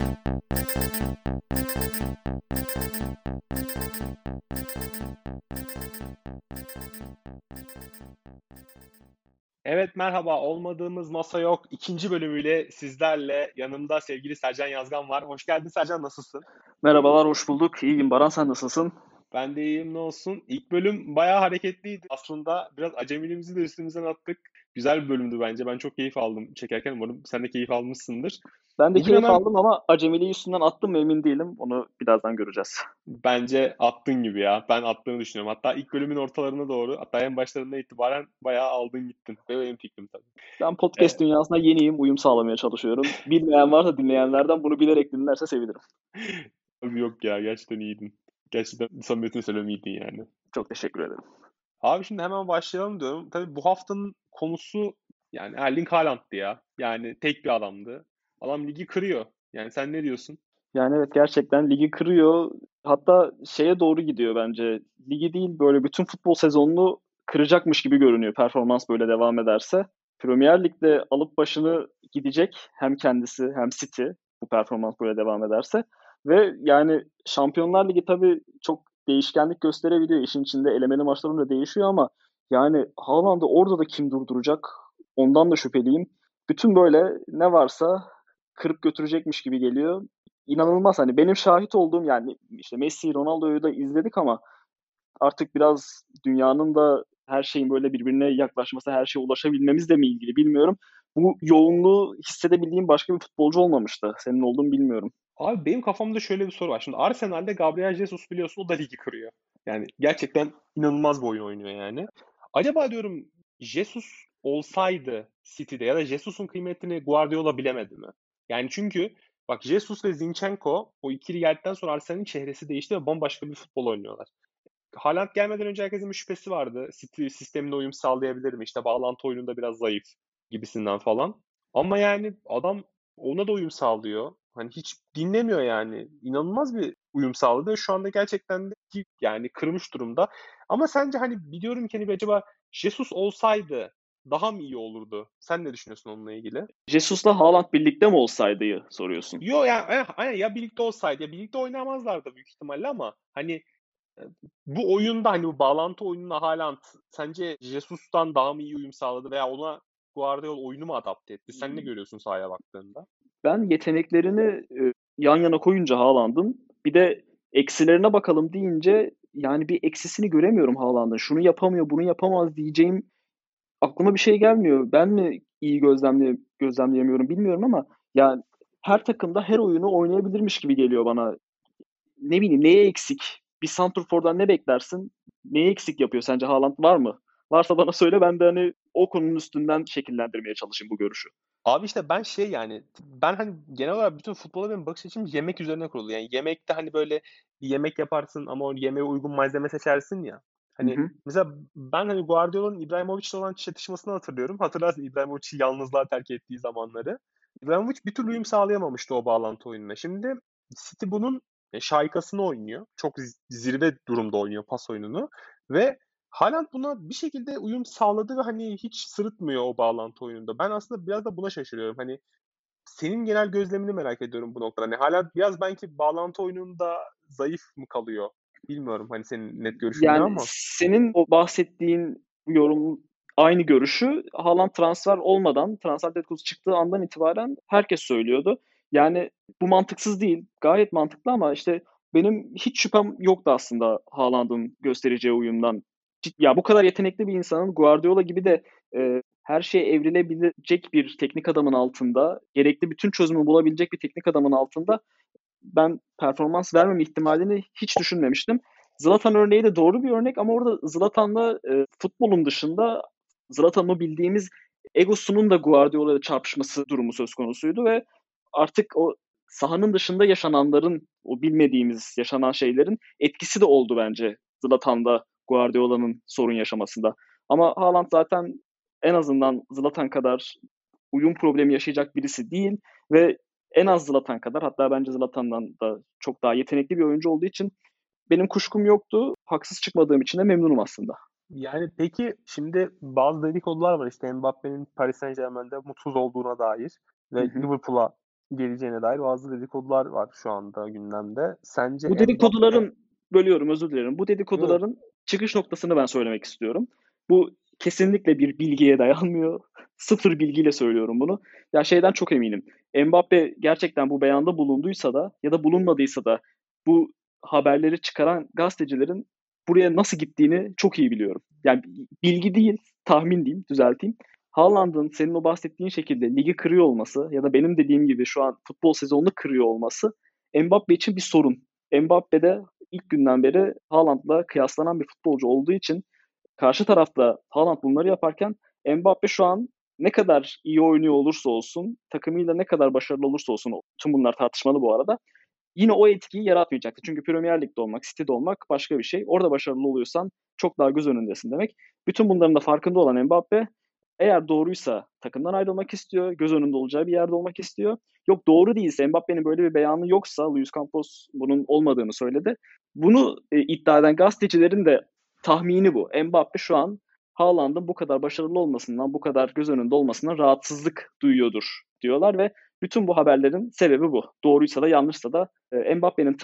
Evet merhaba, olmadığımız masa yok. İkinci bölümüyle sizlerle yanımda sevgili Sercan Yazgan var. Hoş geldin Sercan, nasılsın? Merhabalar, hoş bulduk. İyiyim Baran, sen nasılsın? Ben de iyiyim, ne olsun. İlk bölüm bayağı hareketliydi. Aslında biraz acemiliğimizi de üstümüzden attık. Güzel bir bölümdü bence. Ben çok keyif aldım çekerken. Umarım sen de keyif almışsındır. Ben de Bugün keyif hemen aldım ama acemiliği üstünden attım mı emin değilim. Onu birazdan göreceğiz. bence attın gibi ya. Ben attığını düşünüyorum. Hatta ilk bölümün ortalarına doğru, hatta en başlarından itibaren bayağı aldın gittin. Ve benim fikrim tabii. Ben podcast Ee, dünyasına yeniyim, uyum sağlamaya çalışıyorum. Bilmeyen varsa dinleyenlerden bunu bilerek dinlerse sevinirim. Abi yok ya, gerçekten iyiydin. Gerçekten samimiyetini söylemem iyiydin yani. Çok teşekkür ederim. Abi şimdi hemen başlayalım diyorum. Tabii bu haftanın konusu yani Erling Haaland'dı ya. Yani tek bir adamdı. Adam ligi kırıyor. Yani sen ne diyorsun? Yani evet, gerçekten ligi kırıyor. Hatta şeye doğru gidiyor bence. Ligi değil, böyle bütün futbol sezonunu kıracakmış gibi görünüyor performans böyle devam ederse. Premier Lig'de alıp başını gidecek hem kendisi hem City, bu performans böyle devam ederse. Ve yani Şampiyonlar Ligi tabii çok değişkenlik gösterebiliyor. İşin içinde elemeli maçlarında değişiyor ama yani Haaland'ı orada da kim durduracak? Ondan da şüpheliyim. Bütün böyle ne varsa kırıp götürecekmiş gibi geliyor. İnanılmaz, hani benim şahit olduğum, yani işte Messi, Ronaldo'yu da izledik ama artık biraz dünyanın da her şeyin böyle birbirine yaklaşması, her şeye ulaşabilmemizle mi ilgili bilmiyorum. Bu yoğunluğu hissedebildiğim başka bir futbolcu olmamıştı. Senin olduğunu bilmiyorum. Abi benim kafamda şöyle bir soru var. Şimdi Arsenal'de Gabriel Jesus biliyorsun, o da ligi kırıyor. Yani gerçekten inanılmaz bir oyun oynuyor yani. Acaba diyorum, Jesus olsaydı City'de ya da Jesus'un kıymetini Guardiola bilemedi mi? Yani çünkü bak, Jesus ve Zinchenko o ikili geldikten sonra Arsenal'in çehresi değişti ve bambaşka bir futbol oynuyorlar. Haaland gelmeden önce herkesin bir şüphesi vardı. City sistemine uyum sağlayabilir mi? İşte bağlantı oyununda biraz zayıf gibisinden falan. Ama yani adam ona da uyum sağlıyor. Hani hiç dinlemiyor yani. İnanılmaz bir uyum sağladı. Şu anda gerçekten de yani kırmış durumda. Ama sence hani biliyorum ki hani acaba Jesus olsaydı daha mı iyi olurdu? Sen ne düşünüyorsun onunla ilgili? Jesus'la Haaland birlikte mi olsaydı soruyorsun. Yo yani aynen, ya birlikte olsaydı ya birlikte oynamazlardı büyük ihtimalle, ama hani bu oyunda hani bu bağlantı oyununa Haaland sence Jesus'tan daha mı iyi uyum sağladı veya ona Guardiola oyunu mu adapte etti? Sen ne görüyorsun sahaya baktığında? Ben yeteneklerini yan yana koyunca Haaland'ın, bir de eksilerine bakalım deyince yani bir eksisini göremiyorum Haaland'ın. Şunu yapamıyor, bunu yapamaz diyeceğim aklıma bir şey gelmiyor. Ben mi iyi gözlemleyemiyorum bilmiyorum ama yani her takımda her oyunu oynayabilirmiş gibi geliyor bana. Ne bileyim, neye eksik? Bir santrfordan ne beklersin? Neye eksik yapıyor sence Haaland, var mı? Varsa bana söyle, ben de hani o konunun üstünden şekillendirmeye çalışayım bu görüşü. Abi işte ben şey yani ben hani genel olarak bütün futbola benim bakış açım yemek üzerine kurulu. Yani yemekte hani böyle bir yemek yaparsın ama o yemeğe uygun malzeme seçersin ya. Hı Hani hı. mesela ben hani Guardiola'nın İbrahimovic'le olan çatışmasını hatırlıyorum. Hatırlarsın İbrahimovic'i yalnızlığa terk ettiği zamanları. İbrahimovic bir türlü uyum sağlayamamıştı o bağlantı oyununa. Şimdi City bunun şaikasını oynuyor. Çok zirve durumda oynuyor pas oyununu. Ve Haaland buna bir şekilde uyum sağladı ve hani hiç sırıtmıyor o bağlantı oyununda. Ben aslında biraz da buna şaşırıyorum. Hani senin genel gözlemini merak ediyorum bu noktada. Hani Haaland biraz belki bağlantı oyununda zayıf mı kalıyor? Bilmiyorum hani senin net görüşün ne Yani ama. senin o bahsettiğin yorum, aynı görüşü Haaland transfer olmadan, transfer dedikodusu çıktığı andan itibaren herkes söylüyordu. Yani bu mantıksız değil, gayet mantıklı ama işte benim hiç şüphem yoktu aslında Haaland'ın göstereceği uyumdan. Ya bu kadar yetenekli bir insanın, Guardiola gibi de her şeye evrilebilecek bir teknik adamın altında, gerekli bütün çözümü bulabilecek bir teknik adamın altında ben performans vermeme ihtimalini hiç düşünmemiştim. Zlatan örneği de doğru bir örnek ama orada Zlatan'la futbolun dışında Zlatan'ı bildiğimiz egosunun da Guardiola'yla çarpışması durumu söz konusuydu ve artık o sahanın dışında yaşananların, o bilmediğimiz yaşanan şeylerin etkisi de oldu bence Zlatan'da Guardiola'nın sorun yaşamasında. Ama Haaland zaten en azından Zlatan kadar uyum problemi yaşayacak birisi değil ve en az Zlatan kadar, hatta bence Zlatan'dan da çok daha yetenekli bir oyuncu olduğu için benim kuşkum yoktu. Haksız çıkmadığım için de memnunum aslında. Yani peki şimdi bazı dedikodular var işte Mbappe'nin Paris Saint-Germain'de mutsuz olduğuna dair Hı ve hı. Liverpool'a geleceğine dair bazı dedikodular var şu anda gündemde. Bu Sence Mbappe... dedikoduların, bölüyorum özür dilerim. Bu Yok. dedikoduların çıkış noktasını ben söylemek istiyorum. Bu kesinlikle bir bilgiye dayanmıyor. Sıfır bilgiyle söylüyorum bunu. Ya şeyden çok eminim. Mbappe gerçekten bu beyanda bulunduysa da ya da bulunmadıysa da bu haberleri çıkaran gazetecilerin buraya nasıl gittiğini çok iyi biliyorum. Yani bilgi değil, tahmin diyeyim, düzelteyim. Haaland'ın senin o bahsettiğin şekilde ligi kırıyor olması ya da benim dediğim gibi şu an futbol sezonunu kırıyor olması Mbappe için bir sorun. Mbappe de ilk günden beri Haaland'la kıyaslanan bir futbolcu olduğu için karşı tarafta Haaland bunları yaparken Mbappe şu an ne kadar iyi oynuyor olursa olsun, takımıyla ne kadar başarılı olursa olsun, tüm bunlar tartışmalı bu arada, yine o etkiyi yaratmayacaktı. Çünkü Premier Lig'de olmak, City'de olmak başka bir şey. Orada başarılı oluyorsan çok daha göz önündesin demek. Bütün bunların da farkında olan Mbappe eğer doğruysa takımdan ayrılmak istiyor, göz önünde olacağı bir yerde olmak istiyor. Yok doğru değilse, Mbappe'nin böyle bir beyanı yoksa, Luis Campos bunun olmadığını söyledi. Bunu iddia eden gazetecilerin de tahmini bu. Mbappe şu an Haaland'ın bu kadar başarılı olmasından, bu kadar göz önünde olmasından rahatsızlık duyuyordur diyorlar ve bütün bu haberlerin sebebi bu. Doğruysa da yanlışsa da Mbappe'nin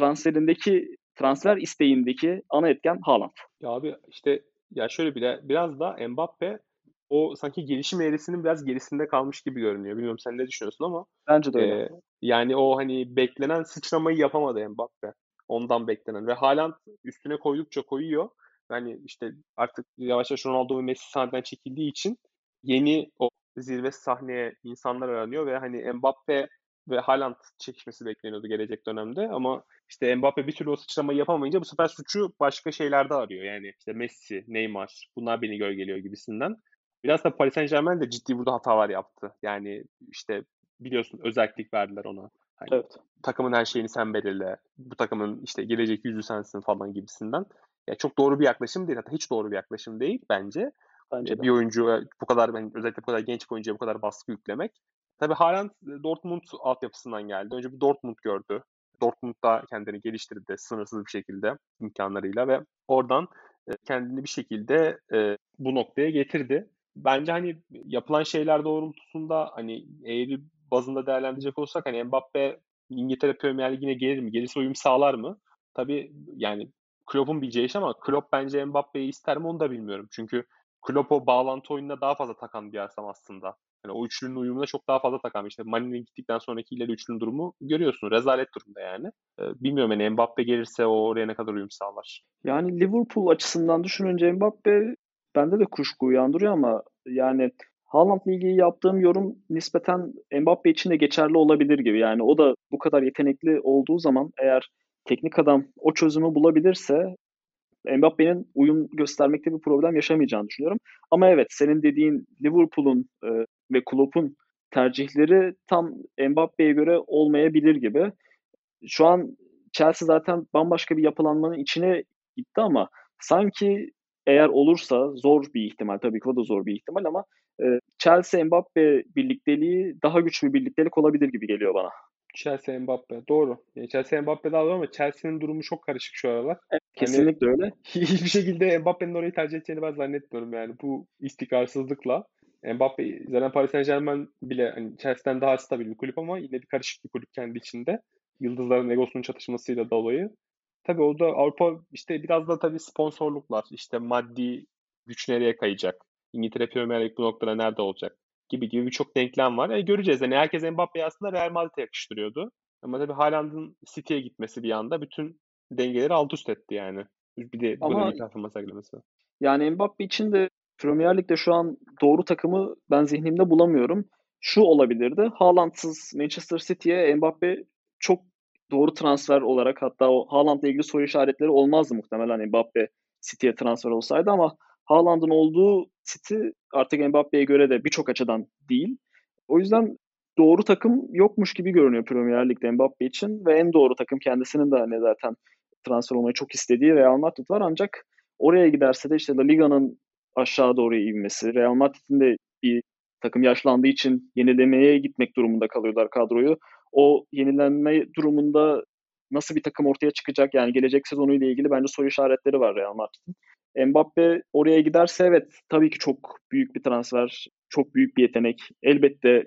transfer isteğindeki ana etken Haaland. Ya abi işte, ya şöyle biraz da Mbappe o sanki gelişim eğrisinin biraz gerisinde kalmış gibi görünüyor. Bilmiyorum sen ne düşünüyorsun ama Bence de öyle. e, yani o hani beklenen sıçramayı yapamadı Mbappe. Ondan beklenen ve Haaland üstüne koydukça koyuyor. Yani işte artık yavaş yavaş Ronaldo ve Messi sahneden çekildiği için yeni o zirve sahneye insanlar aranıyor ve hani Mbappe ve Haaland çekişmesi bekleniyordu gelecek dönemde ama işte Mbappe bir türlü o sıçramayı yapamayınca bu sefer suçu başka şeylerde arıyor. Yani işte Messi, Neymar bunlar beni gölgeliyor gibisinden. Biraz da Paris Saint-Germain de ciddi burada hatalar yaptı. Yani işte biliyorsun özellik verdiler ona. Hani Evet, takımın her şeyini sen belirle. Bu takımın işte gelecek yüzü sensin falan gibisinden. Ya çok doğru bir yaklaşım değil. Hatta hiç doğru bir yaklaşım değil bence. bence de. Bir oyuncuya bu kadar, özellikle bu kadar genç bir oyuncuya bu kadar baskı yüklemek. Tabii Haaland Dortmund altyapısından geldi. Önce bir Dortmund gördü. Dortmund'da kendini geliştirdi sınırsız bir şekilde imkanlarıyla ve oradan kendini bir şekilde bu noktaya getirdi. Bence hani yapılan şeyler doğrultusunda hani eğri bazında değerlendirecek olursak hani Mbappe İngiltere Premier Ligi'ne gelir mi? Gelirse uyum sağlar mı? Tabii yani Klopp'un bileceği iş ama Klopp bence Mbappe'yi ister mi onu da bilmiyorum. Çünkü Klopp o bağlantı oyununa daha fazla takan bir adam aslında. Yani o üçlünün uyumuna çok daha fazla takan. İşte Mane'nin gittikten sonraki ileri üçlünün durumu görüyorsun. Rezalet durumda yani. Bilmiyorum yani Mbappe gelirse o oraya ne kadar uyum sağlar. Yani Liverpool açısından düşününce Mbappe bende de kuşku uyandırıyor ama yani Haaland'la ilgili yaptığım yorum nispeten Mbappe için de geçerli olabilir gibi. Yani o da bu kadar yetenekli olduğu zaman eğer teknik adam o çözümü bulabilirse Mbappe'nin uyum göstermekte bir problem yaşamayacağını düşünüyorum. Ama evet senin dediğin Liverpool'un ve Klopp'un tercihleri tam Mbappe'ye göre olmayabilir gibi. Şu an Chelsea zaten bambaşka bir yapılanmanın içine gitti ama sanki eğer olursa zor bir ihtimal tabii ki o da zor bir ihtimal ama Chelsea Mbappe birlikteliği daha güçlü bir birliktelik olabilir gibi geliyor bana. Chelsea Mbappe. Doğru. Yani Chelsea Mbappe daha doğru ama Chelsea'nin durumu çok karışık şu aralar. Evet, Hani kesinlikle öyle. hiçbir şekilde Mbappe'nin orayı tercih edeceğini ben zannetmiyorum yani bu istikrarsızlıkla. Mbappe zaten Paris Saint-Germain bile hani Chelsea'den daha stabil bir kulüp ama yine bir karışık bir kulüp kendi içinde. Yıldızların egosunun çatışmasıyla dolayı. Tabii o da Avrupa işte biraz da tabii sponsorluklar, işte maddi güç nereye kayacak? İngiltere Premier Lig bu noktada nerede olacak? Gibi birçok denklem var. Göreceğiz. Yani herkes Mbappe'yi aslında Real Madrid'e yakıştırıyordu. Ama tabii Haaland'ın City'ye gitmesi bir anda bütün dengeleri alt üst etti yani. Bir de bu kadar Ama iyi performans sergilemesi. yani Mbappe için de Premier Lig'de şu an doğru takımı ben zihnimde bulamıyorum. Şu olabilirdi. Haaland'sız Manchester City'ye Mbappe çok doğru transfer olarak hatta o Haaland'la ilgili soru işaretleri olmazdı muhtemelen Mbappe City'ye transfer olsaydı ama Haaland'ın olduğu City artık Mbappe'ye göre de birçok açıdan değil. O yüzden doğru takım yokmuş gibi görünüyor Premier Lig'de Mbappe için ve en doğru takım kendisinin de hani zaten transfer olmayı çok istediği Real Madrid var ancak oraya giderse de işte La Liga'nın aşağı doğru ivmesi, Real Madrid'in de bir takım yaşlandığı için yenilemeye gitmek durumunda kalıyorlar kadroyu. O yenilenme durumunda nasıl bir takım ortaya çıkacak yani gelecek sezonuyla ilgili bence soru işaretleri var Real Madrid'in. Mbappe oraya giderse evet tabii ki çok büyük bir transfer, çok büyük bir yetenek. Elbette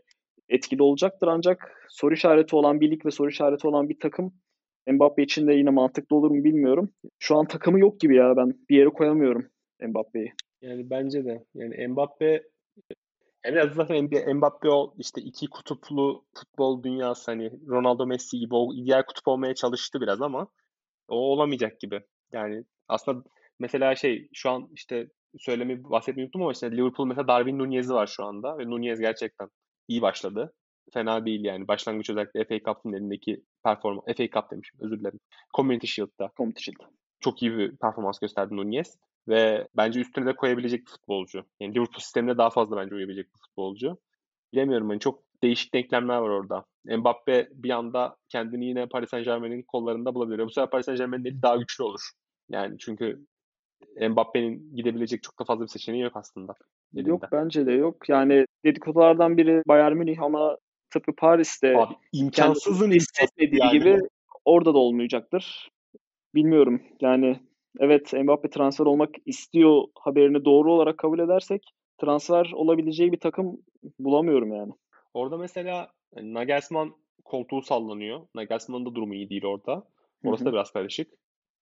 etkili olacaktır ancak soru işareti olan bir lig ve soru işareti olan bir takım Mbappe için de yine mantıklı olur mu bilmiyorum. Şu an takımı yok gibi ya, ben bir yere koyamıyorum Mbappe'yi. Yani bence de. Yani Mbappe biraz zaten Mbappe o işte iki kutuplu futbol dünyası hani Ronaldo Messi gibi o diğer kutup olmaya çalıştı biraz ama o olamayacak gibi. Yani aslında mesela şey şu an işte bahsetmeyi unuttum ama işte Liverpool mesela Darwin Nunez'i var şu anda ve Nunez gerçekten iyi başladı. Fena değil yani. Başlangıç özellikle FA Cup'ın elindeki performans. FA Cup demişim, özür dilerim. Community Shield'da Competition. çok iyi bir performans gösterdi Nunez. Ve bence üstüne de koyabilecek bir futbolcu. Yani Liverpool sistemine daha fazla bence uyabilecek bir futbolcu. Bilemiyorum hani çok değişik denklemler var orada. Mbappe bir anda kendini yine Paris Saint-Germain'in kollarında bulabilir. Bu sefer Paris Saint-Germain'in eli daha güçlü olur. Yani çünkü Mbappe'nin gidebilecek çok da fazla bir seçeneği yok aslında elinde. Yok, bence de yok. Yani dedikodulardan biri Bayern Münih ama tıpkı Paris'te Abi kendini imkansızın tesis imkansız etmediği yani. gibi orada da olmayacaktır. Bilmiyorum. Yani evet, Mbappe transfer olmak istiyor haberini doğru olarak kabul edersek transfer olabileceği bir takım bulamıyorum yani. Orada mesela hani Nagelsmann koltuğu sallanıyor. Nagelsmann'ın da durumu iyi değil orada. Hı Orası da hı. biraz karışık.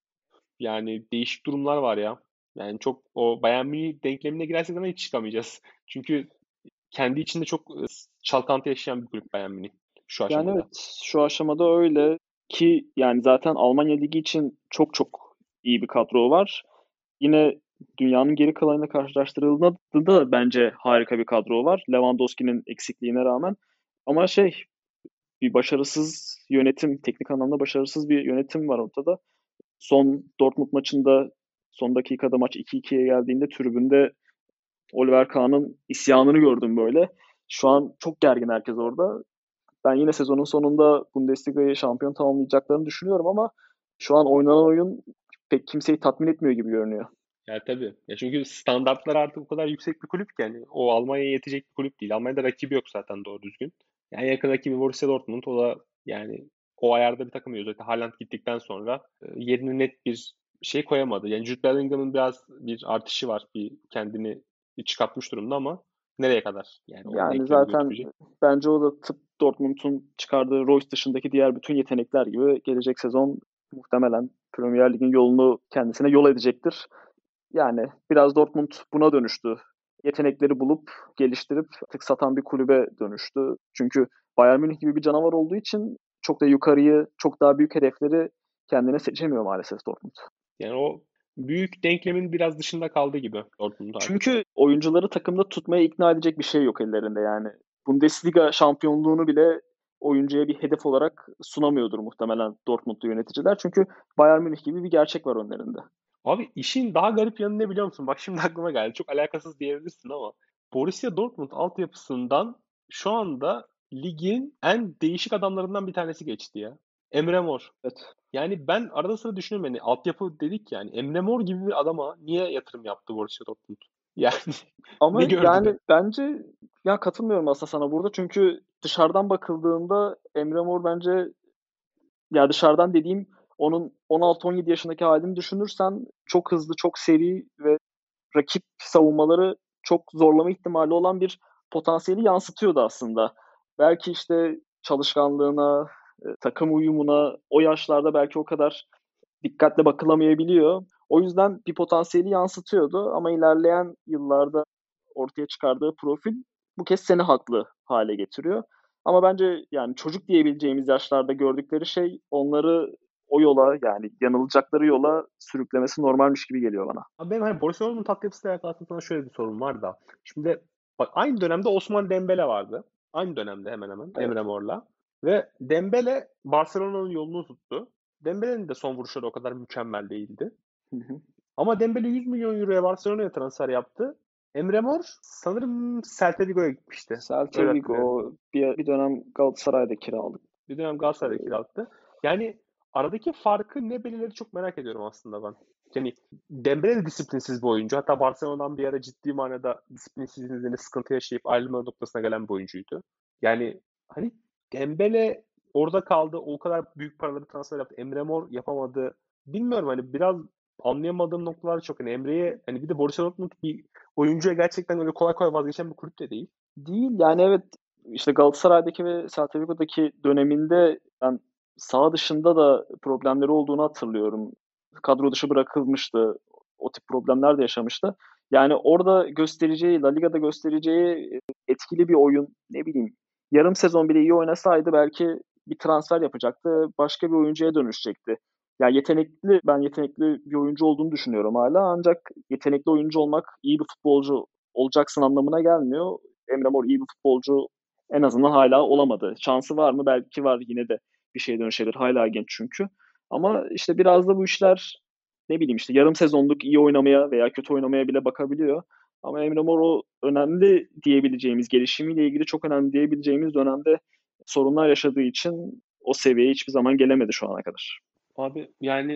Yani değişik durumlar var ya. Yani çok o Bayern Münih denklemine girersek zaten hiç çıkamayacağız. Çünkü kendi içinde çok çalkantı yaşayan bir kulüp Bayern Münih şu Yani aşamada. evet, şu aşamada öyle ki yani zaten Almanya Ligi için çok çok iyi bir kadro var. Yine dünyanın geri kalanıyla karşılaştırıldığında da bence harika bir kadro var. Lewandowski'nin eksikliğine rağmen. Ama bir başarısız yönetim, teknik anlamda başarısız bir yönetim var ortada. Son Dortmund maçında son dakikada maç 2-2'ye geldiğinde tribünde Oliver Kahn'ın isyanını gördüm böyle. Şu an çok gergin herkes orada. Ben yine sezonun sonunda Bundesliga'yı şampiyon tamamlayacaklarını düşünüyorum ama şu an oynanan oyun pek kimseyi tatmin etmiyor gibi görünüyor. Yani tabii. Ya çünkü standartlar artık o kadar yüksek bir kulüp ki yani o Almanya'ya yetecek bir kulüp değil. Almanya'da rakibi yok zaten doğru düzgün. Yani yakın rakibi Borussia Dortmund, o da yani o ayarda bir takım özellikle Haaland gittikten sonra yerine net bir şey koyamadı. Yani Jude Bellingham'ın biraz bir artışı var. Bir kendini çıkartmış durumda ama nereye kadar? Yani o Yani denklemi zaten götürecek. bence o da Dortmund'un çıkardığı Royce dışındaki diğer bütün yetenekler gibi gelecek sezon muhtemelen Premier Lig'in yolunu kendisine yol edecektir. Yani biraz Dortmund buna dönüştü. Yetenekleri bulup geliştirip artık satan bir kulübe dönüştü. Çünkü Bayern Münih gibi bir canavar olduğu için çok da yukarıyı, çok daha büyük hedefleri kendine seçemiyor maalesef Dortmund. Yani o büyük denklemin biraz dışında kaldı gibi Dortmund artık. Çünkü oyuncuları takımda tutmaya ikna edecek bir şey yok ellerinde yani. Bundesliga şampiyonluğunu bile oyuncuya bir hedef olarak sunamıyordur muhtemelen Dortmundlu yöneticiler. Çünkü Bayern Münih gibi bir gerçek var önlerinde. Abi işin daha garip yanı ne biliyor musun? Bak şimdi aklıma geldi. Çok alakasız diyebilirsin ama Borussia Dortmund altyapısından şu anda ligin en değişik adamlarından bir tanesi geçti ya. Emre Mor. Evet. Yani ben arada sırada düşünüyorum hani altyapı dedik yani Emre Mor gibi bir adama niye yatırım yaptı Borussia Dortmund? Yani Ama ne gördü de? yani bence ya katılmıyorum aslında sana burada. Çünkü dışarıdan bakıldığında Emre Mor bence, ya dışarıdan dediğim, onun 16-17 yaşındaki halini düşünürsen çok hızlı, çok seri ve rakip savunmaları çok zorlama ihtimali olan bir potansiyeli yansıtıyordu aslında. Belki işte çalışkanlığına, takım uyumuna o yaşlarda belki o kadar dikkatle bakılamayabiliyor. O yüzden bir potansiyeli yansıtıyordu ama ilerleyen yıllarda ortaya çıkardığı profil bu kez seni haklı hale getiriyor. Ama bence yani çocuk diyebileceğimiz yaşlarda gördükleri şey onları o yola, yani yanılacakları yola sürüklemesi normalmiş gibi geliyor bana. Abi benim hani Borussia Dortmund altyapısıyla alakalı aslında sana şöyle bir sorun var da. Şimdi bak aynı dönemde Osman Dembele vardı. Aynı dönemde hemen hemen Evet. Emre Mor'la. Ve Dembele Barcelona'nın yolunu tuttu. Dembele'nin de son vuruşları o kadar mükemmel değildi. Hı hı. Ama Dembele 100 milyon euroya Barcelona'ya transfer yaptı. Emre Mor sanırım Celta Vigo'ya gitmişti. Celta Öyle hatırlıyorum. Vigo bir dönem Galatasaray'da kiralık. Bir dönem Galatasaray'da kiralattı. Yani aradaki farkı ne belirleri çok merak ediyorum aslında ben. Yani Dembele de disiplinsiz bir oyuncu. Hatta Barcelona'dan bir ara ciddi manada disiplinsizliğinde sıkıntı yaşayıp ayrılma noktasına gelen bir oyuncuydu. Yani hani Dembele orada kaldı. O kadar büyük paraları transfer yaptı. Emre Mor yapamadı. Bilmiyorum hani biraz anlayamadığım noktalar çok. Hani Emre'ye hani bir de Borussia Dortmund bir oyuncuya gerçekten öyle kolay kolay vazgeçen bir kulüp de değil. Değil yani, evet, işte Galatasaray'daki ve Celta Vigo'daki döneminde ben saha dışında da problemleri olduğunu hatırlıyorum. Kadro dışı bırakılmıştı. O tip problemler de yaşamıştı. Yani orada göstereceği, La Liga'da göstereceği etkili bir oyun, ne bileyim, yarım sezon bile iyi oynasaydı belki bir transfer yapacaktı. Başka bir oyuncuya dönüşecekti. Yani ben yetenekli bir oyuncu olduğunu düşünüyorum hala. Ancak yetenekli oyuncu olmak iyi bir futbolcu olacaksın anlamına gelmiyor. Emre Mor iyi bir futbolcu en azından hala olamadı. Şansı var mı? Belki var, yine de bir şeye dönüşebilir. Hala genç çünkü. Ama işte biraz da bu işler, ne bileyim, işte yarım sezonluk iyi oynamaya veya kötü oynamaya bile bakabiliyor. Ama Emre Mor o önemli diyebileceğimiz, gelişimiyle ilgili çok önemli diyebileceğimiz dönemde sorunlar yaşadığı için o seviyeye hiçbir zaman gelemedi şu ana kadar. Abi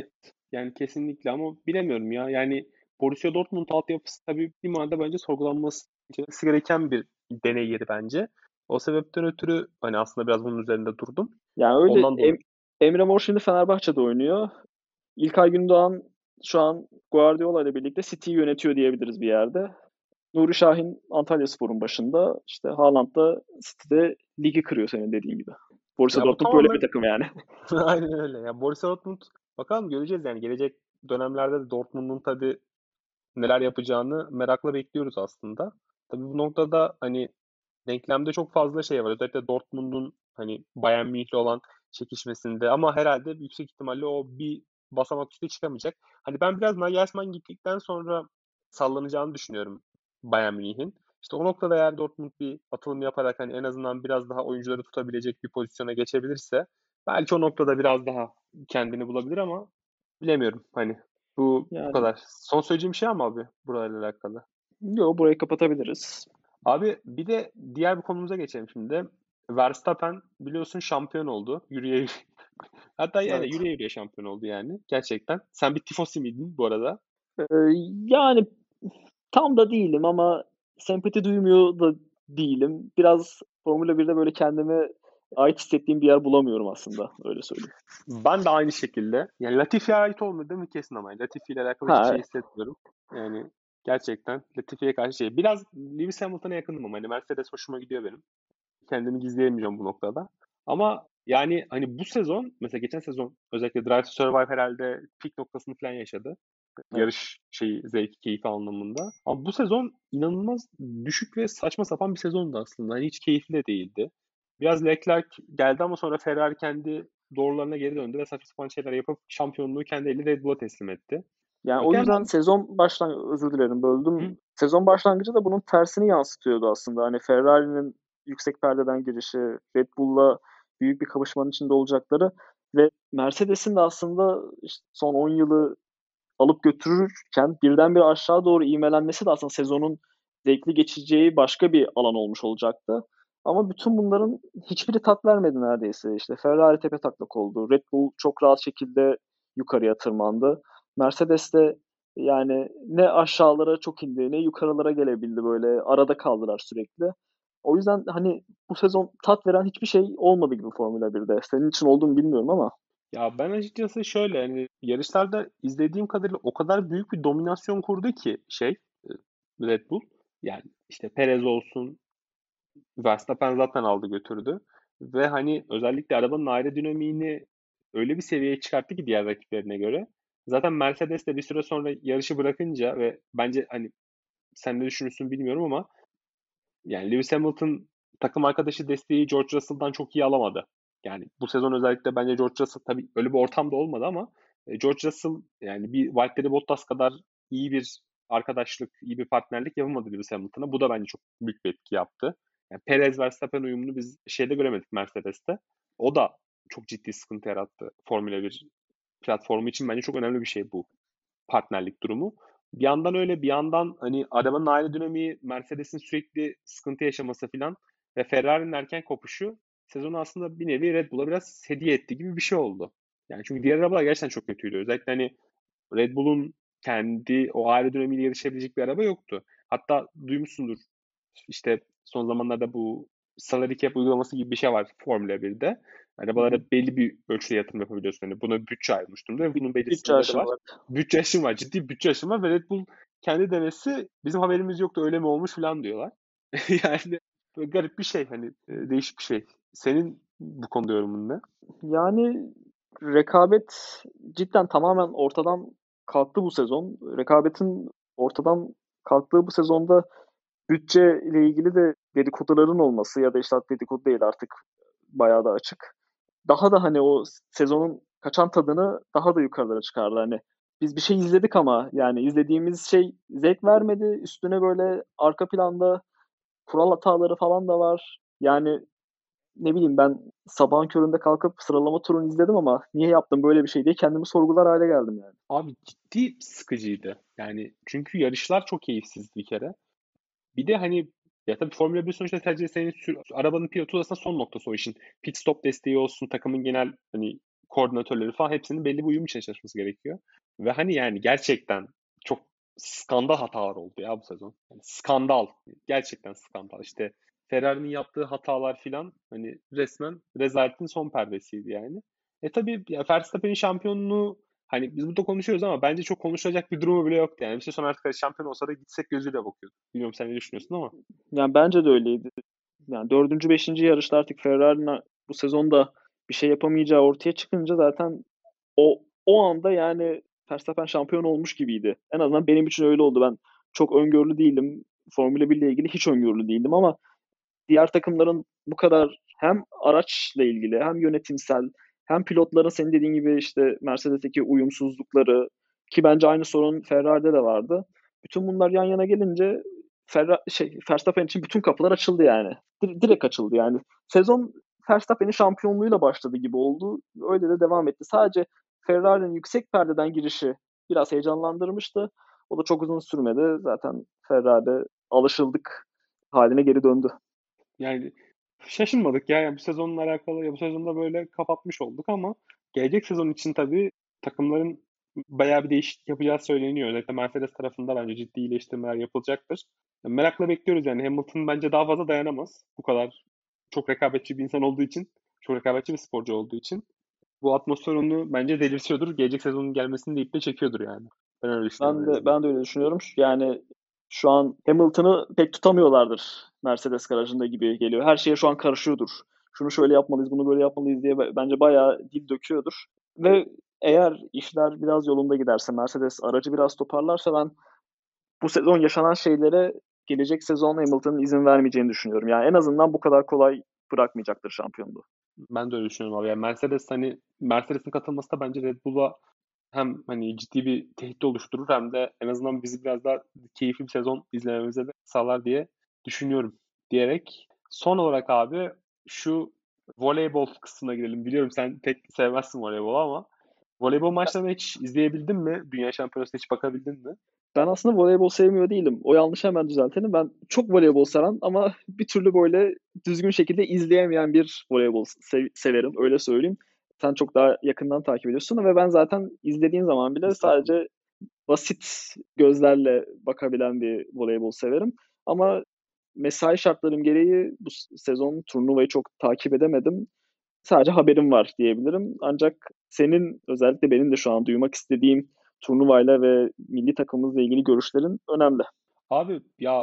yani kesinlikle ama bilemiyorum ya. Yani Borussia Dortmund altyapısı tabii bir manada bence sorgulanması gereken bir deney yeri bence. O sebepten ötürü hani aslında biraz bunun üzerinde durdum. Yani öyle Ondan dolayı. Emre Mor şimdi Fenerbahçe'de oynuyor. İlkay Gündoğan şu an Guardiola ile birlikte City'yi yönetiyor diyebiliriz bir yerde. Nuri Şahin Antalyaspor'un başında. İşte Haaland da City'de ligi kırıyor senin dediğin gibi. Borussia Ya bu Dortmund böyle bir tamamen takım yani. aynen öyle. Ya Borussia Dortmund bakalım göreceğiz yani gelecek dönemlerde de Dortmund'un tabii neler yapacağını merakla bekliyoruz aslında. Tabii bu noktada hani denklemde çok fazla şey var. Özellikle Dortmund'un hani Bayern Münih'le olan çekişmesinde ama herhalde yüksek ihtimalle o bir basamak üstüne çıkamayacak. Hani ben biraz Nagelsmann gittikten sonra sallanacağını düşünüyorum Bayern Münih'in. İşte o noktada eğer Dortmund bir atılım yaparak hani en azından biraz daha oyuncuları tutabilecek bir pozisyona geçebilirse belki o noktada biraz daha kendini bulabilir ama bilemiyorum. Hani bu Yani kadar. Son söyleyeceğim bir şey ama abi burayla alakalı. yo, burayı kapatabiliriz. Abi bir de diğer bir konumuza geçelim şimdi. Verstappen biliyorsun şampiyon oldu. Yürüye hatta yani Evet. yürüye yürüye şampiyon oldu yani. Gerçekten. Sen bir tifosi miydin bu arada? Ee, Yani tam da değilim ama sempati duymuyor da değilim. Biraz Formula 1'de böyle kendime ait hissettiğim bir yer bulamıyorum aslında. Öyle söyleyeyim. Ben de aynı şekilde. Yani Latifi'ye ait olmadığım kesin ama Latifi ile alakalı hiçbir Ha, şey hissetmiyorum. Yani gerçekten Latifi'ye karşı şey. Biraz Lewis Hamilton'a yakınım ama hani Mercedes hoşuma gidiyor benim. Kendimi gizleyemeyeceğim bu noktada. Ama yani hani bu sezon mesela geçen sezon özellikle Drive to Survive herhalde pik noktasını falan yaşadı. evet. Yarış şeyi zevki keyfi anlamında. Ama bu sezon inanılmaz düşük ve saçma sapan bir sezondu aslında. Hani hiç keyifli de değildi. Biraz Leclerc geldi ama sonra Ferrari kendi doğrularına geri döndü ve saçma sapan şeyler yapıp şampiyonluğu kendi eliyle Red Bull'a teslim etti. Yani o Öte yüzden özür dilerim, böldüm. yandan Sezon başlangıcı da bunun tersini yansıtıyordu aslında. Hani Ferrari'nin yüksek perdeden girişi, Red Bull'la büyük bir kapışmanın içinde olacakları ve Mercedes'in de aslında işte son 10 yılı alıp götürürken birdenbire aşağı doğru ivmelenmesi de aslında sezonun zevkli geçeceği başka bir alan olmuş olacaktı. Ama bütün bunların hiçbiri tat vermedi neredeyse. İşte Ferrari tepetaklak oldu. Red Bull çok rahat şekilde yukarıya tırmandı. Mercedes de yani ne aşağılara çok indi ne yukarılara gelebildi, böyle arada kaldılar sürekli. O yüzden hani bu sezon tat veren hiçbir şey olmadı gibi Formula 1'de. Senin için oldu mu bilmiyorum ama. ya ben açıkçası şöyle hani yarışlarda izlediğim kadarıyla o kadar büyük bir dominasyon kurdu ki e, Red Bull. Yani işte Perez olsun, Verstappen zaten aldı götürdü. Ve hani özellikle arabanın aerodinamiğini öyle bir seviyeye çıkarttı ki diğer rakiplerine göre. Zaten Mercedes de bir süre sonra yarışı bırakınca ve bence hani sen ne düşünürsün bilmiyorum ama yani Lewis Hamilton takım arkadaşı desteği George Russell'dan çok iyi alamadı. Yani bu sezon özellikle bence George Russell tabii öyle bir ortamda olmadı ama George Russell yani bir Valtteri Bottas kadar iyi bir arkadaşlık, iyi bir partnerlik yapamadı Lewis Hamilton'a. Bu da bence çok büyük bir etki yaptı. Yani Perez Verstappen uyumunu biz şeyde göremedik Mercedes'te. O da çok ciddi sıkıntı yarattı Formula 1 platformu için bence çok önemli bir şey bu partnerlik durumu. Bir yandan öyle bir yandan hani arabanın aerodinamiği Mercedes'in sürekli sıkıntı yaşaması falan ve Ferrari'nin erken kopuşu sezonu aslında bir nevi Red Bull'a biraz hediye etti gibi bir şey oldu. Yani çünkü diğer arabalar gerçekten çok kötüydü. Özellikle hani Red Bull'un kendi o aerodinamiğiyle yarışabilecek bir araba yoktu. Hatta duymuşsundur işte son zamanlarda bu salary cap uygulaması gibi bir şey var Formula 1'de. Hı Arabalara hı. belli bir ölçüde yatırım yapabiliyorsun. Yani buna bütçe ayrılmış durumda ve bunun belli Bütçe sınırları aşımı var. var. Bütçe aşımı var. Ciddi bir bütçe aşımı var ve Red Bull kendi demesi bizim haberimiz yoktu öyle mi olmuş falan diyorlar. Yani Böyle garip bir şey hani değişik bir şey. Senin bu konuda yorumun ne? Yani rekabet cidden tamamen ortadan kalktı bu sezon. Rekabetin ortadan kalktığı bu sezonda bütçeyle ilgili de dedikoduların olması ya da işte dedikodu değil artık bayağı da açık. Daha da hani o sezonun kaçan tadını daha da yukarılara çıkardı. Hani biz bir şey izledik ama yani izlediğimiz şey zevk vermedi. Üstüne böyle arka planda kural hataları falan da var. Yani ne bileyim ben sabahın köründe kalkıp sıralama turunu izledim ama niye yaptım böyle bir şey diye kendimi sorgular hale geldim yani. Abi ciddi sıkıcıydı. Yani çünkü yarışlar çok keyifsizdi bir kere. Bir de hani ya tabii Formula 1 sonuçta sadece senin arabanın pilotu aslında son noktası o işin. Pit stop desteği olsun, takımın genel hani koordinatörleri falan hepsinin belli bir uyum içinde çalışması gerekiyor. Ve hani yani gerçekten çok skandal hatalar oldu ya bu sezon. Yani skandal. Gerçekten skandal. İşte Ferrari'nin yaptığı hatalar filan hani resmen rezaletin son perdesiydi yani. Tabii ya Verstappen'in şampiyonluğu hani biz burada konuşuyoruz ama bence çok konuşulacak bir durumu bile yoktu yani. Bir şey sonra artık hani şampiyon olsa da gitsek gözüyle bakıyorduk. Bilmiyorum sen ne düşünüyorsun ama. Yani bence de öyleydi. Yani dördüncü, beşinci yarışta artık Ferrari'nin bu sezonda bir şey yapamayacağı ortaya çıkınca zaten o anda yani Verstappen şampiyon olmuş gibiydi. En azından benim için öyle oldu. Ben çok öngörülü değilim. Formula 1 ile ilgili hiç öngörülü değildim ama diğer takımların bu kadar hem araçla ilgili hem yönetimsel hem pilotların senin dediğin gibi işte Mercedes'teki uyumsuzlukları ki bence aynı sorun Ferrari'de de vardı. Bütün bunlar yan yana gelince Verstappen için bütün kapılar açıldı yani. Direkt açıldı yani. Sezon Verstappen'in şampiyonluğuyla başladı gibi oldu. Öyle de devam etti. Sadece Ferrari'nin yüksek perdeden girişi biraz heyecanlandırmıştı. O da çok uzun sürmedi. Zaten Ferrari alışıldık haline geri döndü. Yani şaşırmadık ya. Yani bu sezonla alakalı ya bu sezonda böyle kapatmış olduk ama gelecek sezon için tabii takımların bayağı bir değişiklik yapacağı söyleniyor. Özellikle Mercedes tarafında bence ciddi iyileştirmeler yapılacaktır. Merakla bekliyoruz yani. Hamilton bence daha fazla dayanamaz. Bu kadar çok rekabetçi bir insan olduğu için, çok rekabetçi bir sporcu olduğu için. Bu atmosfer onu bence delirtiyordur. Gelecek sezonun gelmesini de iple çekiyordur yani. Ben öyle düşünüyorum Ben en de azından. ben de öyle düşünüyorum. Yani şu an Hamilton'ı pek tutamıyorlardır Mercedes garajında gibi geliyor. Her şeye şu an karışıyordur. Şunu şöyle yapmalıyız, bunu böyle yapmalıyız diye bence bayağı dil döküyordur. Ve eğer işler biraz yolunda giderse, Mercedes aracı biraz toparlarsa ben bu sezon yaşanan şeylere gelecek sezon Hamilton'ın izin vermeyeceğini düşünüyorum. Yani en azından bu kadar kolay bırakmayacaktır şampiyonluğu. Ben de öyle düşünüyorum abi. Yani Mercedes hani Mercedes'in katılması da bence Red Bull'a hem hani ciddi bir tehdit oluşturur hem de en azından bizi biraz daha keyifli bir sezon izlememize de sağlar diye düşünüyorum diyerek son olarak abi şu voleybol kısmına girelim. Biliyorum sen pek sevmezsin voleybol ama voleybol maçlarını hiç izleyebildin mi? Dünya Şampiyonası'na hiç bakabildin mi? Ben aslında voleybol sevmiyor değilim. O yanlışı hemen düzeltelim. Ben çok voleybol seven ama bir türlü böyle düzgün şekilde izleyemeyen bir voleybol severim. Öyle söyleyeyim. Sen çok daha yakından takip ediyorsun ve ben zaten izlediğin zaman bile Estağfurullah. sadece basit gözlerle bakabilen bir voleybol severim. Ama mesai şartlarım gereği bu sezon turnuvayı çok takip edemedim. Sadece haberim var diyebilirim. Ancak senin özellikle benim de şu an duymak istediğim turnuvayla ve milli takımımızla ilgili görüşlerin önemli. Abi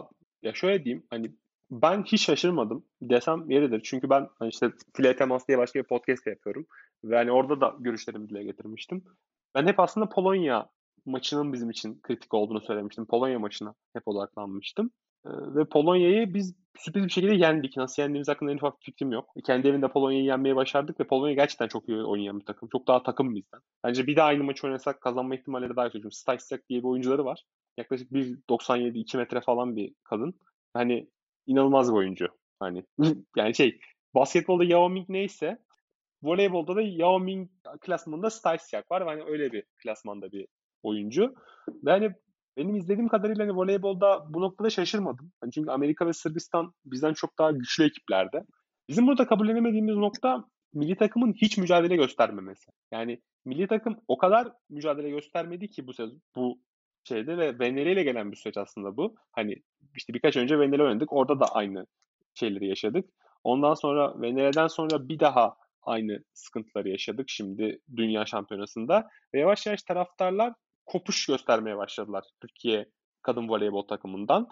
ya şöyle diyeyim hani ben hiç şaşırmadım desem yeridir. Çünkü ben hani işte File Temas diye başka bir podcast yapıyorum. Ve hani orada da görüşlerimi dile getirmiştim. Ben hep aslında Polonya maçının bizim için kritik olduğunu söylemiştim. Polonya maçına hep odaklanmıştım. Ve Polonya'yı biz sürpriz bir şekilde yendik. Nasıl yendiğimiz hakkında en ufak bir fikrim yok. Kendi evinde Polonya'yı yenmeyi başardık ve Polonya gerçekten çok iyi oynayan bir takım. Çok daha takım bizden. Bence bir daha aynı maçı oynasak kazanma ihtimalleri daha yüksek. Çünkü Stajcek diye bir oyuncuları var. Yaklaşık 1,97 2 metre falan bir kadın. Hani inanılmaz bir oyuncu. Hani yani basketbolda Yao Ming neyse voleybolda da Yao Ming klasmanında Stasiak var. Hani öyle bir klasmanda bir oyuncu. Ve hani benim izlediğim kadarıyla hani voleybolda bu noktada şaşırmadım. Hani çünkü Amerika ve Sırbistan bizden çok daha güçlü ekiplerde. Bizim burada kabullenemediğimiz nokta milli takımın hiç mücadele göstermemesi. Yani milli takım o kadar mücadele göstermedi ki bu sezon, bu şeyde ve Venere ile gelen bir süreç aslında bu. Hani işte birkaç önce Venere oynadık. Orada da aynı şeyleri yaşadık. Ondan sonra Venere'den sonra bir daha aynı sıkıntıları yaşadık şimdi Dünya Şampiyonası'nda. Ve yavaş yavaş taraftarlar kopuş göstermeye başladılar Türkiye kadın voleybol takımından.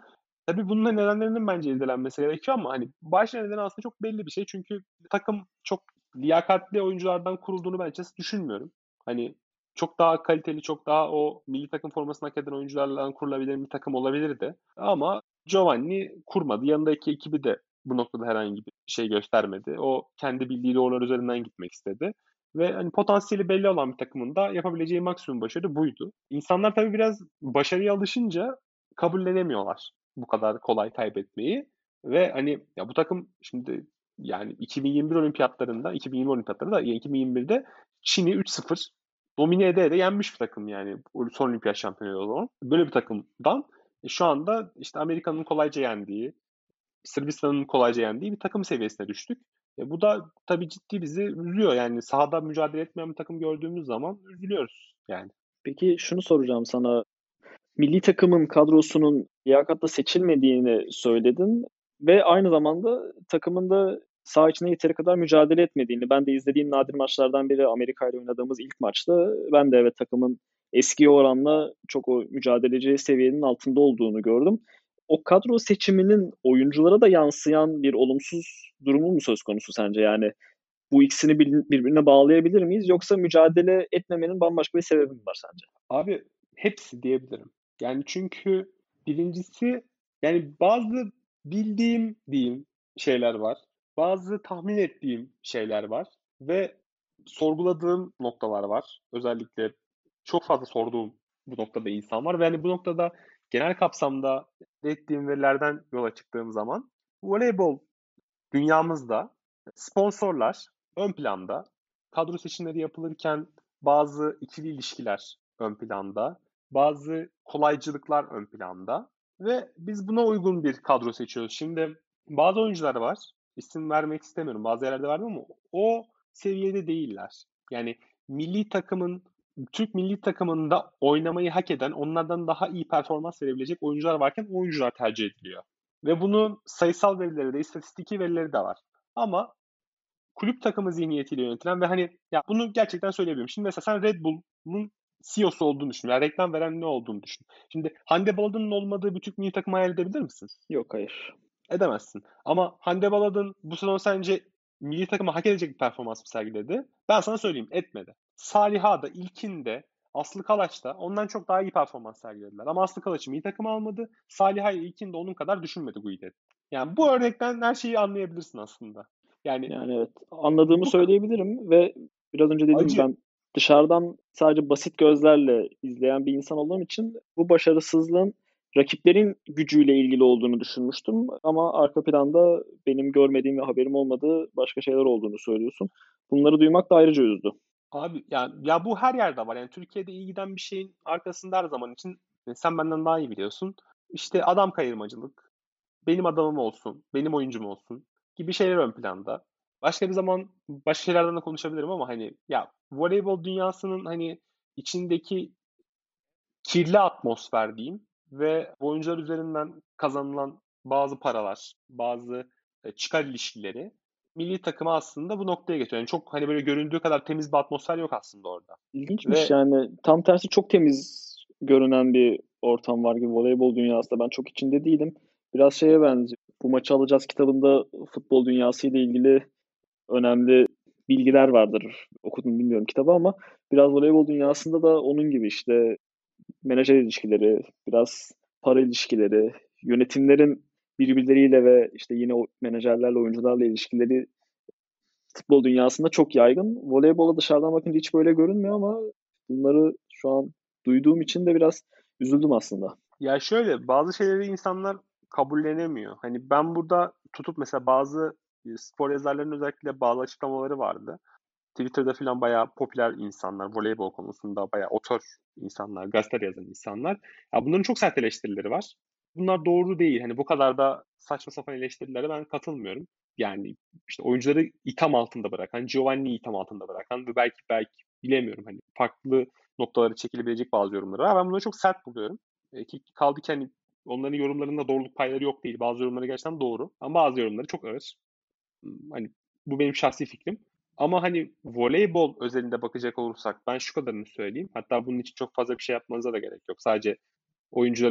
Tabii bunun nedenlerinin bence irdelenmesi gerekiyor ama hani baş nedeni aslında çok belli bir şey. Çünkü takım çok liyakatli oyunculardan kurulduğunu ben açıkçası düşünmüyorum. Hani çok daha kaliteli, çok daha o milli takım formasını hak eden oyuncularla kurulabilir bir takım olabilirdi. Ama Giovanni kurmadı. Yanındaki ekibi de bu noktada herhangi bir şey göstermedi. O kendi bildiği doğrular üzerinden gitmek istedi. Ve hani potansiyeli belli olan bir takımın da yapabileceği maksimum başarı buydu. İnsanlar tabii biraz başarıya alışınca kabullenemiyorlar bu kadar kolay kaybetmeyi. Ve hani ya bu takım şimdi yani 2021 olimpiyatlarında, 2020 olimpiyatlarında, yani 2021'de Çin'i 3-0 domine ede yenmiş bir takım yani son olimpiyat şampiyonu o zaman. Böyle bir takımdan şu anda işte Amerika'nın kolayca yendiği, Sırbistan'ın kolayca yendiği bir takım seviyesine düştük. Bu da tabii ciddi bizi üzüyor. Yani sahada mücadele etmeyen bir takım gördüğümüz zaman üzülüyoruz yani. Peki şunu soracağım sana. Milli takımın kadrosunun liyakatla seçilmediğini söyledin ve aynı zamanda takımın da saha içinde yeteri kadar mücadele etmediğini. Ben de izlediğim nadir maçlardan biri Amerika ile oynadığımız ilk maçta ben de evet takımın eskiye oranla çok o mücadeleci seviyenin altında olduğunu gördüm. O kadro seçiminin oyunculara da yansıyan bir olumsuz durumu mu söz konusu sence? Yani bu ikisini birbirine bağlayabilir miyiz yoksa mücadele etmemenin bambaşka bir sebebi mi var sence? Abi hepsi diyebilirim. Yani çünkü birincisi yani bazı bildiğim diyeyim şeyler var. Bazı tahmin ettiğim şeyler var. Ve sorguladığım noktalar var. Özellikle çok fazla sorduğum bu noktada insan var. Ve hani bu noktada genel kapsamda elde ettiğim verilerden yola çıktığım zaman voleybol dünyamızda sponsorlar ön planda, kadro seçimleri yapılırken bazı ikili ilişkiler ön planda, bazı kolaycılıklar ön planda ve biz buna uygun bir kadro seçiyoruz. Şimdi bazı oyuncular var, isim vermek istemiyorum, bazı yerlerde verdim ama o seviyede değiller. Yani milli takımın, Türk milli takımında oynamayı hak eden, onlardan daha iyi performans verebilecek oyuncular varken o oyuncular tercih ediliyor. Ve bunun sayısal verileri de, istatistiki verileri de var. Ama kulüp takımı zihniyetiyle yönetilen ve hani ya bunu gerçekten söyleyebilirim. Şimdi mesela sen Red Bull'un CEO'su olduğunu düşün. Yani reklam veren ne olduğunu düşün. Şimdi Hande Baladın'ın olmadığı bir Türk milli takımı hayal edebilir misin? Yok, hayır. Edemezsin. Ama Hande Baladın bu sezon sence milli takıma hak edecek bir performans mı sergiledi? Ben sana söyleyeyim, etmedi. Saliha da, İlkin de, Aslı Kalaç da ondan çok daha iyi performans sergilediler. Ama Aslı Kalaç'ı milli takıma almadı. Saliha ile İlkin de onun kadar düşünmedi bu idedi. Yani bu örnekten her şeyi anlayabilirsin aslında. Yani Yani evet, anladığımı bu söyleyebilirim ve biraz önce dediğim gibi acı. ben dışarıdan sadece basit gözlerle izleyen bir insan olduğum için bu başarısızlığın rakiplerin gücüyle ilgili olduğunu düşünmüştüm. Ama arka planda benim görmediğim ve haberim olmadığı başka şeyler olduğunu söylüyorsun. Bunları duymak da ayrıca üzdü. Abi ya bu her yerde var. Yani Türkiye'de iyi giden bir şeyin arkasında her zaman için sen benden daha iyi biliyorsun. İşte adam kayırmacılık, benim adamım olsun, benim oyuncum olsun gibi şeyler ön planda. Başka bir zaman başka şeylerden de konuşabilirim ama hani ya voleybol dünyasının hani içindeki kirli atmosfer diyeyim ve oyuncular üzerinden kazanılan bazı paralar, bazı çıkar ilişkileri milli takımı aslında bu noktaya getiriyor. Yani çok hani böyle göründüğü kadar temiz bir atmosfer yok aslında orada. İlginçmiş Ve yani tam tersi çok temiz görünen bir ortam var gibi voleybol dünyasında. Ben çok içinde değilim. Biraz şeye benziyor. Bu maçı alacağız kitabında futbol dünyası ile ilgili önemli bilgiler vardır. Okudum bilmiyorum kitabı ama biraz voleybol dünyasında da onun gibi işte menajer ilişkileri, biraz para ilişkileri, yönetimlerin birbirleriyle ve işte yine o menajerlerle, oyuncularla ilişkileri futbol dünyasında çok yaygın. Voleybola dışarıdan bakınca hiç böyle görünmüyor ama bunları şu an duyduğum için de biraz üzüldüm aslında. ya şöyle bazı şeyleri insanlar kabullenemiyor. Hani ben burada tutup mesela bazı spor yazarlarının özellikle bazı açıklamaları vardı. Twitter'da falan bayağı popüler insanlar, voleybol konusunda bayağı otör insanlar, gazeteler yazan insanlar. Ya bunların çok sert eleştirileri var. Bunlar doğru değil. Hani bu kadar da saçma sapan eleştirilere ben katılmıyorum. Yani işte oyuncuları itham altında bırakan, Giovanni'yi itham altında bırakan ve belki bilemiyorum hani farklı noktaları çekilebilecek bazı yorumları var. Ben bunları çok sert buluyorum. Ki kaldı ki hani onların yorumlarında doğruluk payları yok değil. Bazı yorumları gerçekten doğru ama bazı yorumları çok ağır. Hani bu benim şahsi fikrim. Ama hani voleybol özelinde bakacak olursak ben şu kadarını söyleyeyim. Hatta bunun için çok fazla bir şey yapmanıza da gerek yok. Sadece oyuncuların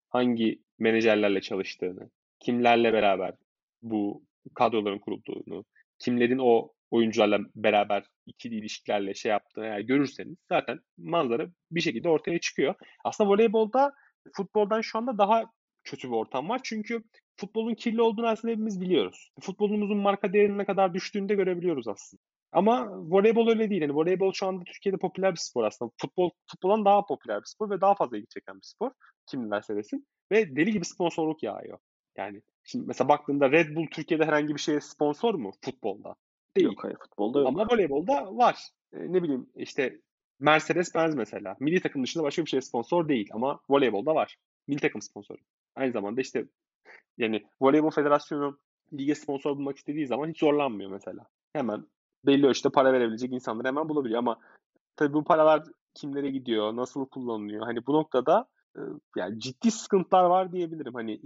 hangi menajerlerle çalıştığını, kimlerle beraber bu kadroların kurulduğunu, kimlerin o oyuncularla beraber ikili ilişkilerle şey yaptığını eğer görürseniz zaten manzara bir şekilde ortaya çıkıyor. Aslında voleybolda futboldan şu anda daha kötü bir ortam var. Çünkü futbolun kirli olduğunu aslında hepimiz biliyoruz. Futbolumuzun marka değerinin ne kadar düştüğünü de görebiliyoruz aslında. Ama voleybol öyle değil. Yani voleybol şu anda Türkiye'de popüler bir spor aslında. Futboldan daha popüler bir spor ve daha fazla ilgi çeken bir spor. Kim derse desin. Ve deli gibi sponsorluk yağıyor. Yani şimdi mesela baktığında Red Bull Türkiye'de herhangi bir şeye sponsor mu futbolda? Değil. Yok, hayır, futbolda Ama yok. voleybolda var. Ne bileyim işte Mercedes-Benz mesela. Milli takım dışında başka bir şeye sponsor değil ama voleybolda var. Milli takım sponsoru. Aynı zamanda işte yani Voleybol Federasyonu lige sponsor bulmak istediği zaman hiç zorlanmıyor mesela. Hemen belli ölçüde para verebilecek insanları hemen bulabiliyor ama tabii bu paralar kimlere gidiyor, nasıl kullanılıyor? Hani bu noktada e, yani ciddi sıkıntılar var diyebilirim. Hani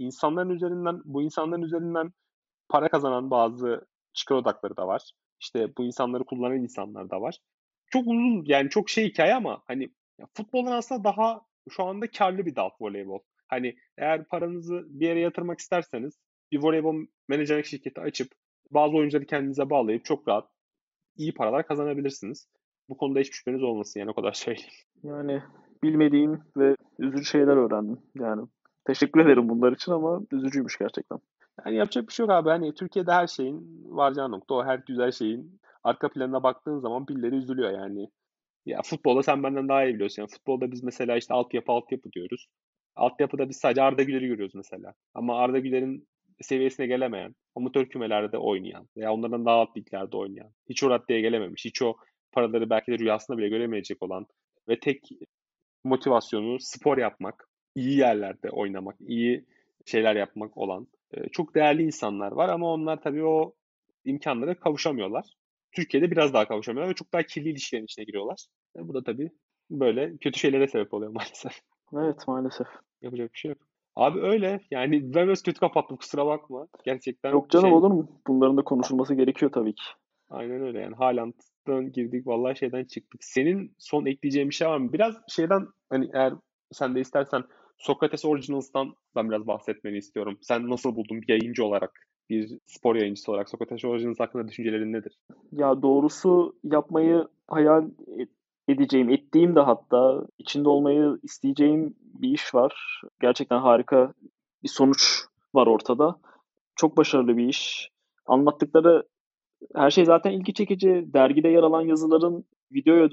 bu insanların üzerinden para kazanan bazı çıkar odakları da var. İşte bu insanları kullanan insanlar da var. Çok uzun yani çok şey hikaye ama hani futboldan aslında daha şu anda karlı bir dal voleybol. Hani eğer paranızı bir yere yatırmak isterseniz bir voleybol menajerlik şirketi açıp bazı oyuncuları kendinize bağlayıp çok rahat iyi paralar kazanabilirsiniz. Bu konuda hiç şüpheniz olmasın yani o kadar söyleyeyim. Yani bilmediğim ve üzücü şeyler öğrendim. Yani teşekkür ederim bunlar için ama üzücüymüş gerçekten. Yani yapacak bir şey yok abi. Hani Türkiye'de her şeyin varacağı nokta o her güzel şeyin arka planına baktığın zaman birileri üzülüyor yani. Ya futbolda sen benden daha iyi biliyorsun. Yani futbolda biz mesela işte altyapı diyoruz. Altyapıda biz sadece Arda Güler'i görüyoruz mesela. Ama Arda Güler'in seviyesine gelemeyen, amatör kümelerde oynayan veya onlardan daha alt liglerde oynayan, hiç o raddeye gelememiş, hiç o paraları belki de rüyasında bile göremeyecek olan ve tek motivasyonu spor yapmak, iyi yerlerde oynamak, iyi şeyler yapmak olan çok değerli insanlar var ama onlar tabii o imkanlara kavuşamıyorlar. Türkiye'de biraz daha kavuşamıyorlar ve çok daha kirli ilişkilerin içine giriyorlar. Bu da tabii böyle kötü şeylere sebep oluyor maalesef. Evet, maalesef. Yapacak bir şey yok. Abi öyle yani ben biraz kötü kapattım kusura bakma. Gerçekten Yok canım, olur mu? Bunların da konuşulması gerekiyor tabii ki. aynen öyle yani Haaland'dan girdik vallahi şeyden çıktık. Senin son ekleyeceğin bir şey var mı? Biraz şeyden hani eğer sen de istersen Socrates Originals'tan ben biraz bahsetmeni istiyorum. Sen nasıl buldun bir yayıncı olarak, bir spor yayıncısı olarak Socrates Originals hakkında düşüncelerin nedir? Ya doğrusu yapmayı hayal ettiğim de hatta içinde olmayı isteyeceğim bir iş var. Gerçekten harika bir sonuç var ortada. Çok başarılı bir iş. Anlattıkları her şey zaten ilgi çekici. Dergide yer alan yazıların videoya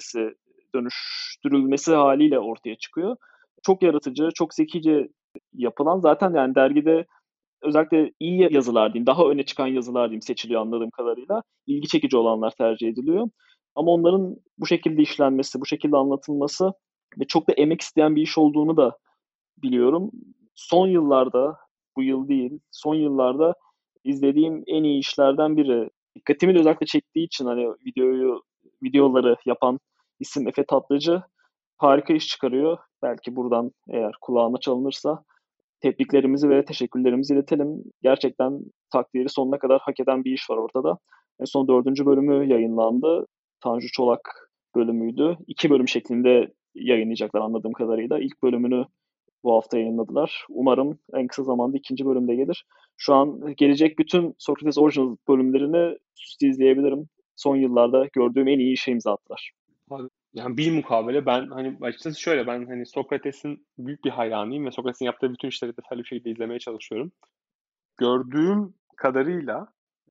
dönüştürülmesi haliyle ortaya çıkıyor. Çok yaratıcı, çok zekice yapılan, zaten yani dergide özellikle iyi yazılar diyeyim, daha öne çıkan yazılar diyeyim seçiliyor anladığım kadarıyla. İlgi çekici olanlar tercih ediliyor. Ama onların bu şekilde işlenmesi, bu şekilde anlatılması ve çok da emek isteyen bir iş olduğunu da biliyorum. Son yıllarda, bu yıl değil, son yıllarda izlediğim en iyi işlerden biri. Dikkatimi de özellikle çektiği için hani videoları yapan isim Efe Tatlıcı harika iş çıkarıyor. Belki buradan eğer kulağına çalınırsa tebriklerimizi ve teşekkürlerimizi iletelim. Gerçekten takdiri sonuna kadar hak eden bir iş var ortada. En son 4. bölümü yayınlandı. Tanju Çolak bölümüydü. 2 bölüm şeklinde yayınlayacaklar anladığım kadarıyla. İlk bölümünü bu hafta yayınladılar. Umarım en kısa zamanda 2. bölümde gelir. Şu an gelecek bütün Socrates Original bölümlerini üst izleyebilirim. Son yıllarda gördüğüm en iyi işe imza attılar. Abi, yani bir mukabele ben hani açıkçası şöyle ben hani Sokrates'in büyük bir hayranıyım ve Sokrates'in yaptığı bütün işleri detaylı bir şekilde izlemeye çalışıyorum. Gördüğüm kadarıyla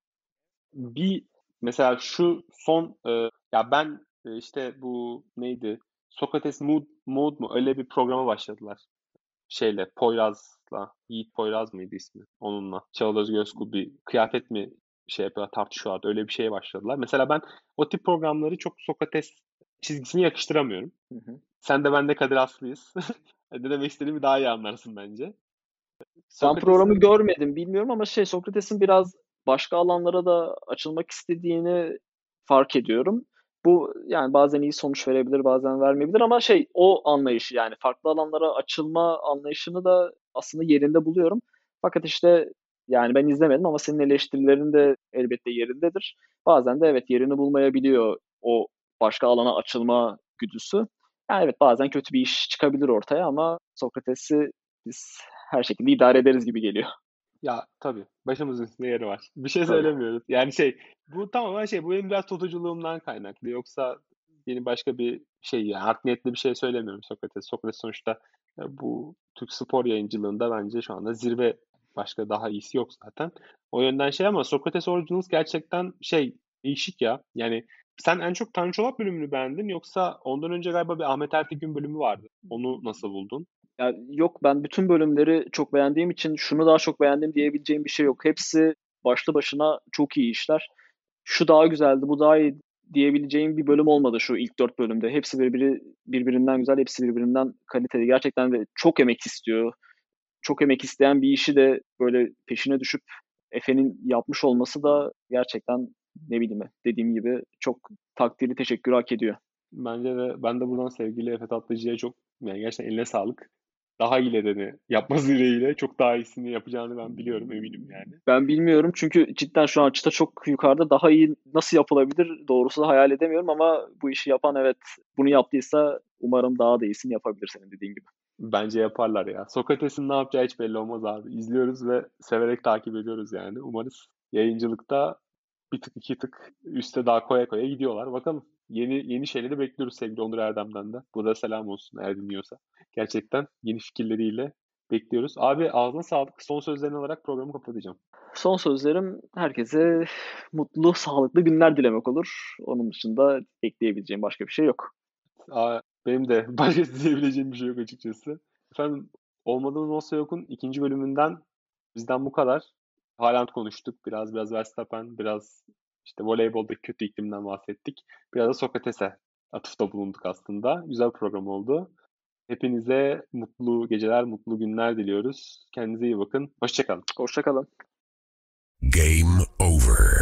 bir mesela şu son ya ben işte bu neydi? Sokrates Mood mu? Öyle bir programa başladılar. Şeyle Poyraz'la Yiğit Poyraz mıydı ismi? Onunla. Çağıl Özgür Özkul bir kıyafet mi şey yapıyorlar tartışıyorlardı. Öyle bir şeye başladılar. Mesela ben o tip programları çok Sokrates çizgisini yakıştıramıyorum. Hı hı. Sen de ben de Kadir Haslı'yız. Ne demek istediğimi daha iyi anlarsın bence. Ben programı Sokrates'in görmedim, bilmiyorum ama Sokrates'in biraz başka alanlara da açılmak istediğini fark ediyorum. Bu yani bazen iyi sonuç verebilir, bazen vermeyebilir ama o anlayışı, yani farklı alanlara açılma anlayışını da aslında yerinde buluyorum. Fakat işte yani ben izlemedim ama senin eleştirilerin de elbette yerindedir. Bazen de evet, yerini bulmayabiliyor o başka alana açılma güdüsü. Yani evet, bazen kötü bir iş çıkabilir ortaya ama Sokrates'i biz her şekilde idare ederiz gibi geliyor. Ya tabii başımızın üstünde yeri var. Bir şey Tabii. söylemiyoruz. Yani bu tamamen bu benim biraz tutuculuğumdan kaynaklı. Yoksa benim başka bir şey yani art niyetli bir şey söylemiyorum Sokrates. Sokrates sonuçta bu Türk spor yayıncılığında bence şu anda zirve, başka daha iyisi yok zaten. O yönden ama Sokrates Originals gerçekten değişik ya. Yani sen en çok Tanrı Çolak bölümünü beğendin yoksa ondan önce galiba bir Ahmet Ertegün bölümü vardı. Onu nasıl buldun? Yani yok, ben bütün bölümleri çok beğendiğim için şunu daha çok beğendim diyebileceğim bir şey yok. Hepsi başlı başına çok iyi işler. Şu daha güzeldi, bu daha iyi diyebileceğim bir bölüm olmadı şu ilk 4 bölümde. Hepsi birbirinden güzel, hepsi birbirinden kaliteli. Gerçekten de çok emek istiyor. Çok emek isteyen bir işi de böyle peşine düşüp Efe'nin yapmış olması da gerçekten, ne bileyim, dediğim gibi çok takdiri, teşekkürü hak ediyor. Bence de ben de buradan sevgili Efe Tatlıcı'ya çok yani gerçekten eline sağlık. Daha iyilerini yapması dileğiyle çok daha iyisini yapacağını ben biliyorum, eminim yani. Ben bilmiyorum çünkü cidden şu an çıta çok yukarıda. Daha iyi nasıl yapılabilir doğrusu hayal edemiyorum ama bu işi yapan, evet, bunu yaptıysa umarım daha da iyisini yapabilir, senin dediğin gibi. Bence yaparlar ya. Sokrates'in ne yapacağı hiç belli olmaz abi. İzliyoruz ve severek takip ediyoruz yani. Umarız yayıncılıkta bir tık iki tık üste daha koya koya gidiyorlar. Bakalım. Yeni şeyleri bekliyoruz sevgili Onur Erdem'den de. Burada selam olsun eğer dinliyorsa. Gerçekten yeni fikirleriyle bekliyoruz. Abi ağzına sağlık. Son sözlerin olarak programı kapatacağım. Son sözlerim herkese mutlu, sağlıklı günler dilemek olur. Onun dışında ekleyebileceğim başka bir şey yok. Benim de başka diyebileceğim bir şey yok açıkçası. Efendim, Olmadığımız Olsa Yok'un ikinci bölümünden bizden bu kadar. Haaland konuştuk. Biraz Verstappen, biraz işte voleyboldaki kötü iklimden bahsettik. Biraz da Sokrates'e atıfta bulunduk aslında. Güzel bir program oldu. Hepinize mutlu geceler, mutlu günler diliyoruz. Kendinize iyi bakın. Hoşça kalın. Hoşça kalın. Game over.